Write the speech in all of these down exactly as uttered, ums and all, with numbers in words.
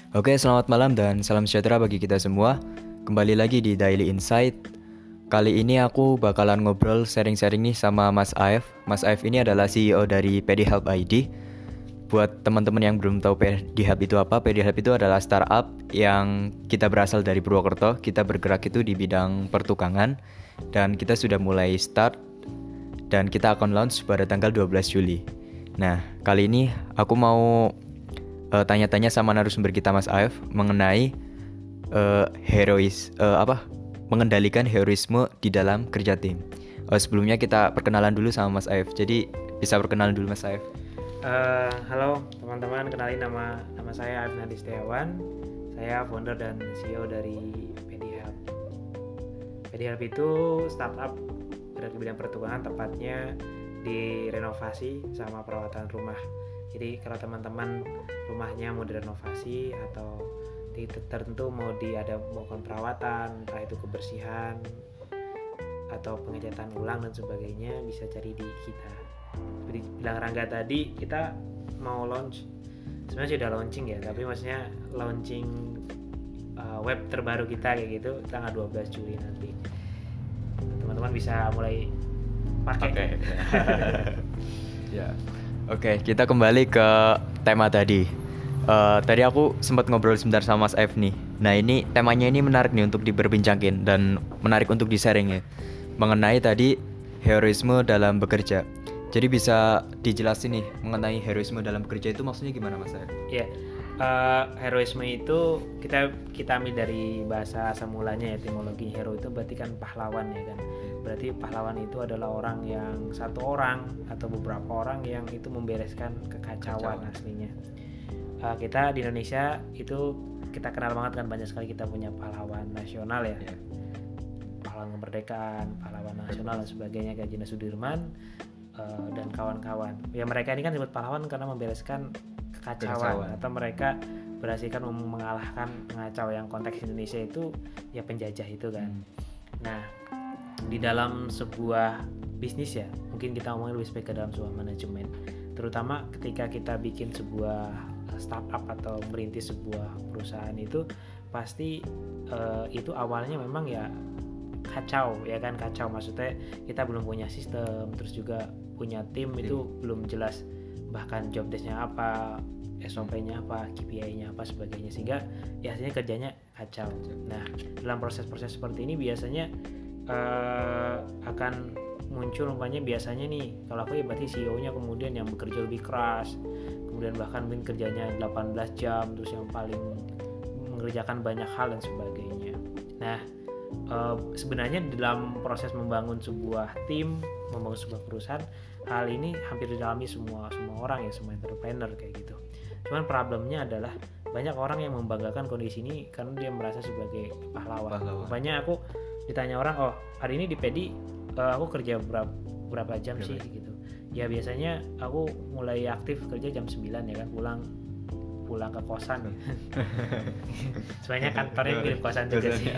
Oke, selamat malam dan salam sejahtera bagi kita semua. Kembali lagi di Daily Insight. Kali ini aku bakalan ngobrol sharing-sharing nih sama Mas Aef. Mas Aef ini adalah C E O dari PediHelp I D. Buat teman-teman yang belum tahu PediHelp itu apa, PediHelp itu adalah startup yang kita berasal dari Purwokerto. Kita bergerak itu di bidang pertukangan dan kita sudah mulai start dan kita akan launch pada tanggal dua belas Juli. Nah, kali ini aku mau uh, tanya-tanya sama narasumber kita Mas Aef mengenai uh, herois uh, apa mengendalikan heroisme di dalam kerja tim. Uh, sebelumnya kita perkenalan dulu sama Mas Aef. Jadi bisa perkenalan dulu Mas Aef. Uh, halo teman-teman, kenalin nama nama saya Aef Nadi Setiawan. Saya founder dan C E O dari PediHelp. PediHelp itu startup bergerak di bidang pertukangan, tepatnya di renovasi sama perawatan rumah. Jadi kalau teman-teman rumahnya mau direnovasi atau di tertentu mau di ada melakukan perawatan, entah itu kebersihan atau pengecatan ulang dan sebagainya, bisa cari di kita. Seperti bilang Rangga tadi, kita mau launch, sebenarnya sudah launching ya, tapi maksudnya launching uh, web terbaru kita kayak gitu tanggal dua belas Juli nanti. Teman-teman bisa mulai pakai. Oke. Ya. Oke, kita kembali ke tema tadi. Uh, tadi aku sempat ngobrol sebentar sama Mas F nih. Nah ini temanya ini menarik nih untuk diperbincangin dan menarik untuk di-sharing ya. Mengenai tadi heroisme dalam bekerja. Jadi bisa dijelasin nih mengenai heroisme dalam bekerja itu maksudnya gimana Mas F? Iya. Uh, heroisme itu kita kita ambil dari bahasa asal mulanya, etimologi hero itu berarti kan pahlawan ya kan. Berarti pahlawan itu adalah orang yang satu orang atau beberapa orang yang itu membereskan kekacauan Kacauan. aslinya. Uh, kita di Indonesia itu kita kenal banget kan, banyak sekali kita punya pahlawan nasional ya. Yeah. Pahlawan kemerdekaan, pahlawan nasional dan sebagainya kayak Jenderal Sudirman uh, dan kawan-kawan. Ya mereka ini kan disebut pahlawan karena membereskan kekacauan, atau mereka berhasilkan mengalahkan pengacau, yang konteks Indonesia itu ya penjajah itu kan. Hmm. Nah, di dalam sebuah bisnis ya, mungkin kita ngomongin lebih spesifik ke dalam sebuah manajemen, terutama ketika kita bikin sebuah startup atau merintis sebuah perusahaan itu pasti uh, itu awalnya memang ya kacau ya kan, kacau maksudnya kita belum punya sistem, terus juga punya tim itu belum jelas, bahkan job desk-nya apa, S O P-nya apa, K P I-nya apa sebagainya, sehingga ya hasilnya kerjanya kacau. Nah, dalam proses-proses seperti ini biasanya uh, akan muncul umpamanya biasanya nih, kalau aku ya berarti C E O-nya kemudian yang bekerja lebih keras, kemudian bahkan mungkin kerjanya delapan belas jam, terus yang paling mengerjakan banyak hal dan sebagainya. Nah, uh, sebenarnya dalam proses membangun sebuah tim, membangun sebuah perusahaan, hal ini hampir dialami semua semua orang ya, semua entrepreneur kayak gitu. Cuman problemnya adalah banyak orang yang membanggakan kondisi ini karena dia merasa sebagai pahlawan. Makanya aku ditanya orang, oh hari ini di Pedi uh, aku kerja berapa, berapa jam berapa? sih gitu. Ya biasanya aku mulai aktif kerja jam sembilan ya kan, pulang pulang ke kosan. Sebenarnya kantornya mirip kosan juga sih.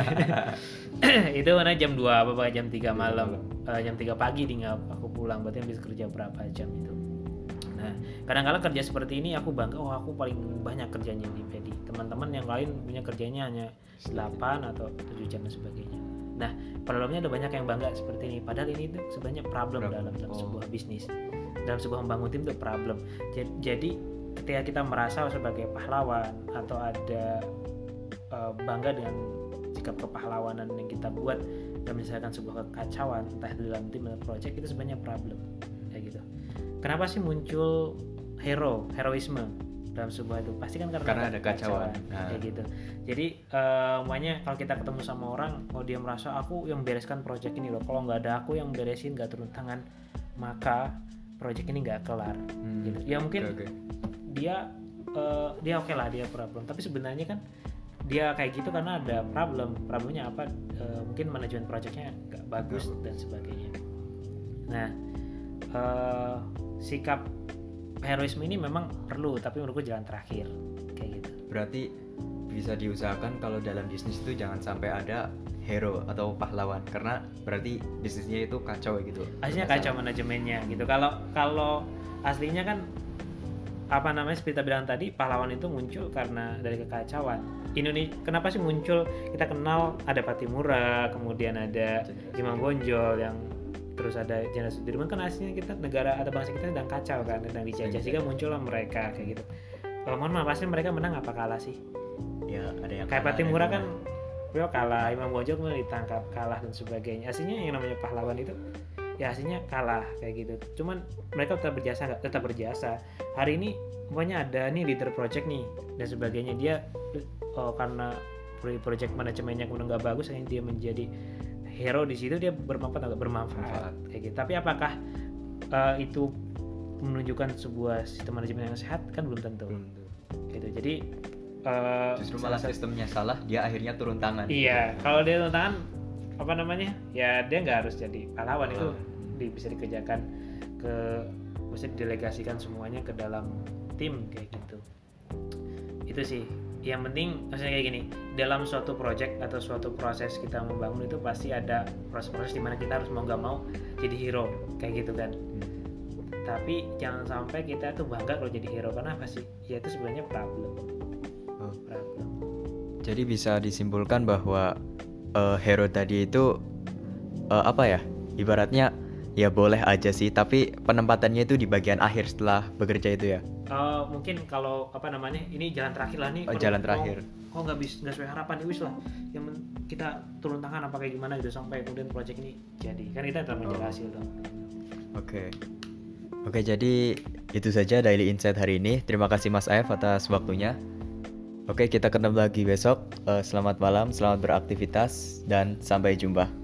Itu mana jam dua apa jam tiga malam, uh, jam tiga pagi tinggal aku pulang, berarti habis kerja berapa jam itu. Nah, kadang-kadang kerja seperti ini aku bangga, oh aku paling banyak kerjanya di Pedi. Teman-teman yang lain punya kerjanya hanya delapan atau tujuh jam dan sebagainya. Nah, problemnya ada banyak yang bangga seperti ini, padahal ini itu sebenarnya problem, problem. dalam, dalam oh. sebuah bisnis. Dalam sebuah membangun tim itu problem. Jadi, jadi ketika kita merasa sebagai pahlawan atau ada uh, bangga dengan sikap kepahlawanan yang kita buat dan menyelesaikan sebuah kekacauan entah dalam tim atau project, itu sebenarnya problem kayak gitu. Kenapa sih muncul hero, heroisme dalam sebuah itu? Pasti kan karena, karena ada kacauan nah. kayak gitu. Jadi uh, makanya kalau kita ketemu sama orang, kalau dia merasa aku yang bereskan project ini loh, kalau nggak ada aku yang beresin, nggak turun tangan, maka project ini nggak kelar. Hmm. Gitu. Ya mungkin okay, okay. dia uh, dia oke okay lah dia problem, tapi sebenarnya kan dia kayak gitu karena ada problem. Problemnya apa? Uh, mungkin manajemen projectnya nggak bagus oh. dan sebagainya. Nah, uh, sikap heroisme ini memang perlu, tapi menurutku jalan terakhir kayak gitu. Berarti bisa diusahakan kalau dalam bisnis itu jangan sampai ada hero atau pahlawan, karena berarti bisnisnya itu kacau gitu. Aslinya kacau manajemennya gitu. Kalau kalau aslinya kan apa namanya seperti kita bilang tadi, pahlawan itu muncul karena dari kekacauan. Indonesia kenapa sih muncul? Kita kenal ada Patimura, kemudian ada Imam Bonjol, yang terus ada Jenderal Sudirman, kan aslinya kita negara atau bangsa kita sedang kacau kan, sedang dijajah, sehingga muncullah mereka kayak gitu. Kalau mohon maaf, pasti mereka menang apa kalah sih? Ya ada yang Kayak Patimura kan beliau kalah, Imam Bonjol kemudian ditangkap, kalah dan sebagainya. Aslinya yang namanya pahlawan itu ya aslinya kalah kayak gitu. Cuman mereka tetap berjasa, nggak tetap berjasa. Hari ini umpamanya ada nih leader project nih dan sebagainya, dia oh, karena project manajemennya kemudian nggak bagus, akhirnya dia menjadi hero di situ, dia bermanfaat atau bermanfaat kayak gitu. Tapi apakah uh, itu menunjukkan sebuah sistem manajemen yang sehat? Kan belum tentu. Hmm. Gitu. Jadi uh, justru malah sistemnya salah, dia akhirnya turun tangan. Iya, kalau dia turun tangan apa namanya? Ya dia nggak harus jadi pahlawan. Oh. Itu di, bisa dikerjakan ke bisa didelegasikan semuanya ke dalam tim kayak gitu. Itu sih. Yang penting maksudnya kayak gini, dalam suatu project atau suatu proses kita membangun itu pasti ada proses-proses dimana kita harus mau nggak mau jadi hero kayak gitu kan. Hmm. Tapi jangan sampai kita tuh bangga kalau jadi hero, karena apa sih? Ya itu sebenarnya problem. Oh. Problem. Jadi bisa disimpulkan bahwa uh, hero tadi itu uh, apa ya? Ibaratnya ya boleh aja sih, tapi penempatannya itu di bagian akhir setelah bekerja itu ya. Uh, mungkin kalau apa namanya, ini jalan terakhir lah nih. Oh, jalan terakhir. Oh nggak bisa, nggak sesuai harapan nih, wis lah. Yang kita turun tangan apa kayak gimana gitu sampai kemudian project ini jadi. Kan kita telah menjaga hasil dong. Oke. Oke, jadi itu saja Daily Insight hari ini. Terima kasih Mas Aef atas waktunya. Oke, kita ketemu lagi besok. Uh, selamat malam, selamat beraktivitas, dan sampai jumpa.